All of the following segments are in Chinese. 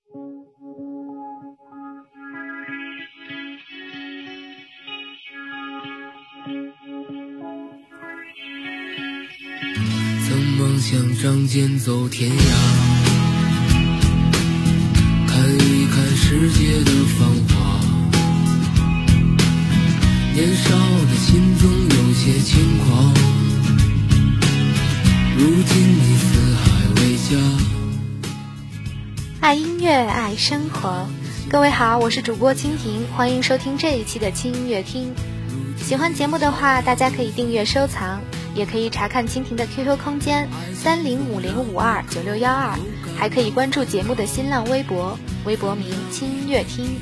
曾梦想仗剑走天涯，看一看世界的繁华，年少的心中有些轻狂，如今你四海为家。 爱音乐，爱生活。各位好，我是主播蜻蜓，欢迎收听这一期的轻音乐厅。喜欢节目的话，大家可以订阅收藏，也可以查看蜻蜓的 QQ 空间3050529612，还可以关注节目的新浪微博，微博名轻音乐厅。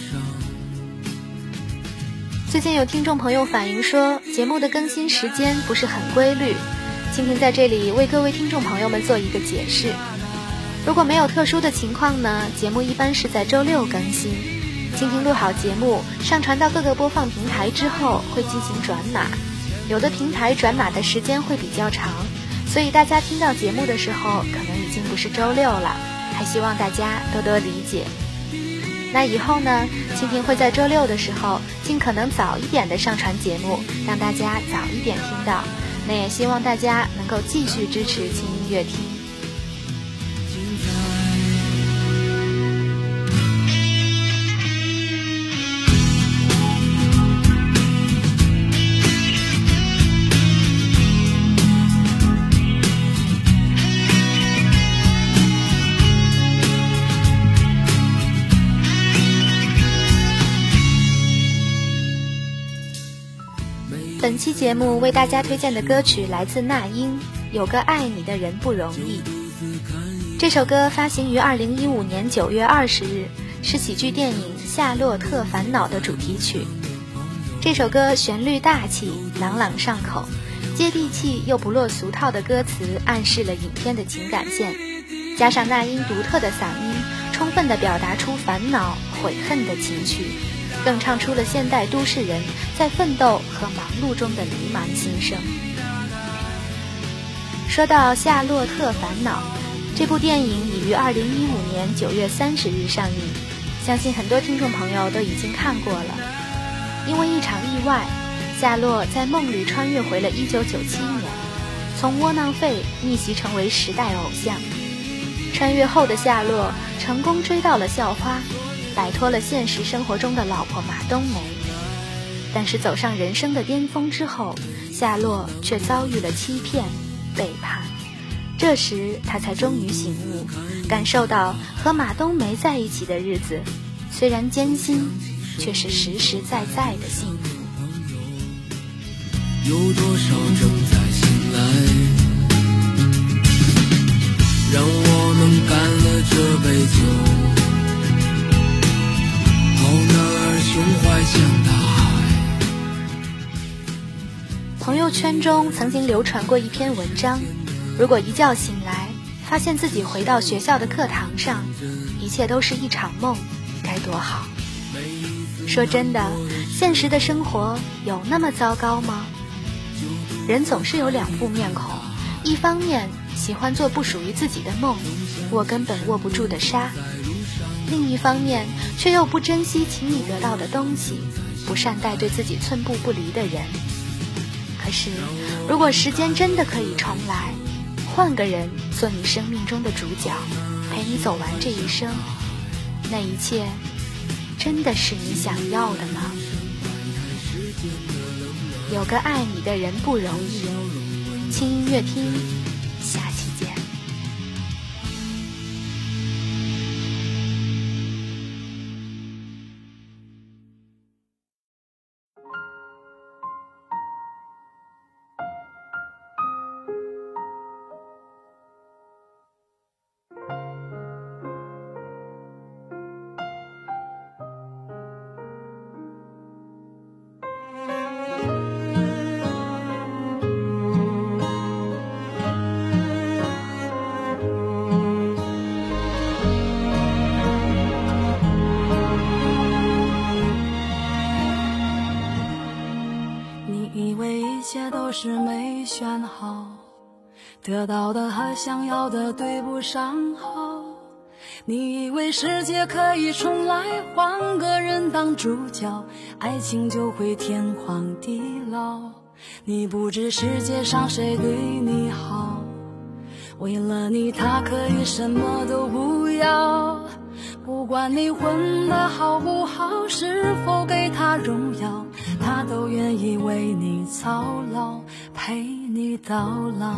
最近有听众朋友反映说，节目的更新时间不是很规律，蜻蜓在这里为各位听众朋友们做一个解释。如果没有特殊的情况呢，节目一般是在周六更新。蜻蜓录好节目，上传到各个播放平台之后，会进行转码。有的平台转码的时间会比较长，所以大家听到节目的时候，可能已经不是周六了，还希望大家多多理解。那以后呢，蜻蜓会在周六的时候，尽可能早一点的上传节目，让大家早一点听到。那也希望大家能够继续支持轻音乐厅。本期节目为大家推荐的歌曲来自那英，有个爱你的人不容易。这首歌发行于2015年9月20日，是喜剧电影《夏洛特烦恼》的主题曲。这首歌旋律大气，朗朗上口，接地气又不落俗套的歌词暗示了影片的情感线，加上那英独特的嗓音，充分地表达出烦恼、悔恨的情绪，更唱出了现代都市人在奋斗和忙碌中的迷茫心声。说到《夏洛特烦恼》，这部电影已于2015年9月30日上映，相信很多听众朋友都已经看过了。因为一场意外，夏洛在梦里穿越回了1997年，从窝囊废逆袭成为时代偶像。穿越后的夏洛成功追到了校花，摆脱了现实生活中的老婆马冬梅。但是走上人生的巅峰之后，夏洛却遭遇了欺骗、背叛。这时他才终于醒悟，感受到和马冬梅在一起的日子虽然艰辛，却是实实在在的幸福。 有多少正在醒来，让我们干了这杯酒，好男儿胸怀像大海。 朋友圈中曾经流传过一篇文章，如果一觉醒来，发现自己回到学校的课堂上，一切都是一场梦，该多好。说真的，现实的生活有那么糟糕吗？人总是有两副面孔，一方面喜欢做不属于自己的梦，握根本握不住的沙，另一方面却又不珍惜轻易得到的东西，不善待对自己寸步不离的人。可是如果时间真的可以重来，换个人做你生命中的主角，陪你走完这一生，那一切真的是你想要的吗？有个爱你的人不容易。轻音乐厅，下期见。 都是没选好，得到的和想要的对不上号， 你以为世界可以重来，换个人当主角，爱情就会天荒地老。你不知世界上谁对你好，为了你他可以什么都不要。不管你混得好不好，是否给他荣耀，他都愿意为你操劳，陪你到老。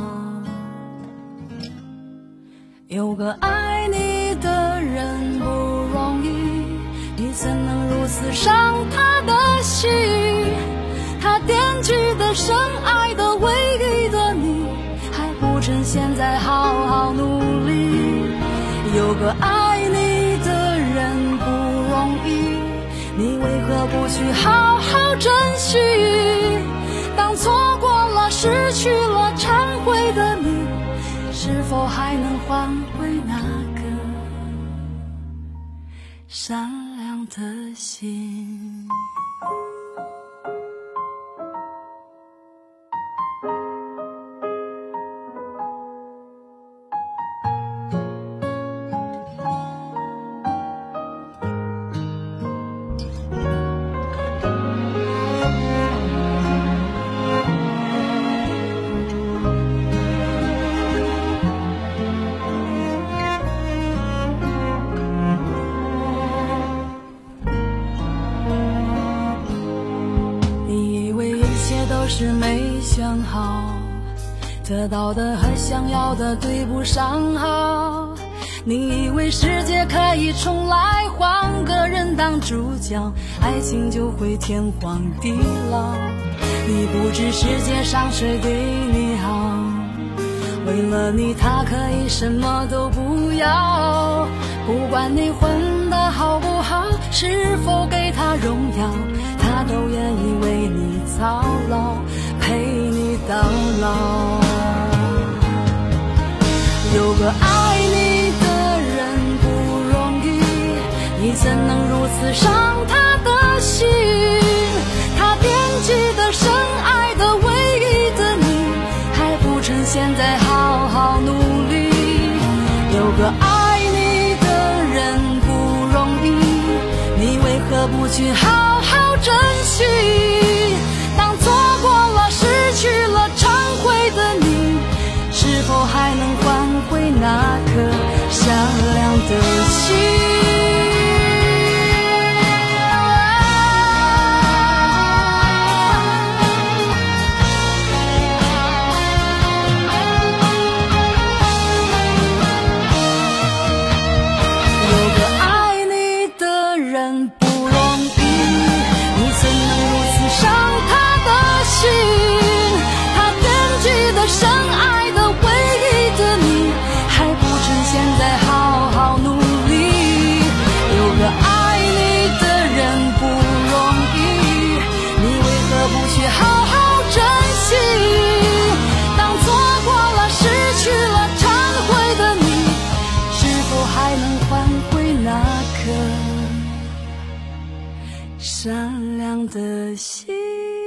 有个爱你的人不容易，你怎能如此伤他的心？他惦记的深爱的唯一的你，还不趁现在好好努力。有个爱你的人不容易，你为何不去好好珍惜？当错过了失去了忏悔的你，是否还能换回那个善良的心？都是没选好，得到的和想要的对不上号。你以为世界可以重来，换个人当主角，爱情就会天荒地老。你不知世界上谁对你好，为了你他可以什么都不要。不管你混得好不好，是否给他荣耀，他都愿意为你操劳，陪你到老。有个爱你的人不容易，你怎能如此伤他的心？他惦记的深爱的唯一的你，还不趁现在好好努力。有个爱你的人不容易，你为何不去好好珍惜？当错过了失去了忏悔的你，是否还能换回那颗善良的心？善良的心。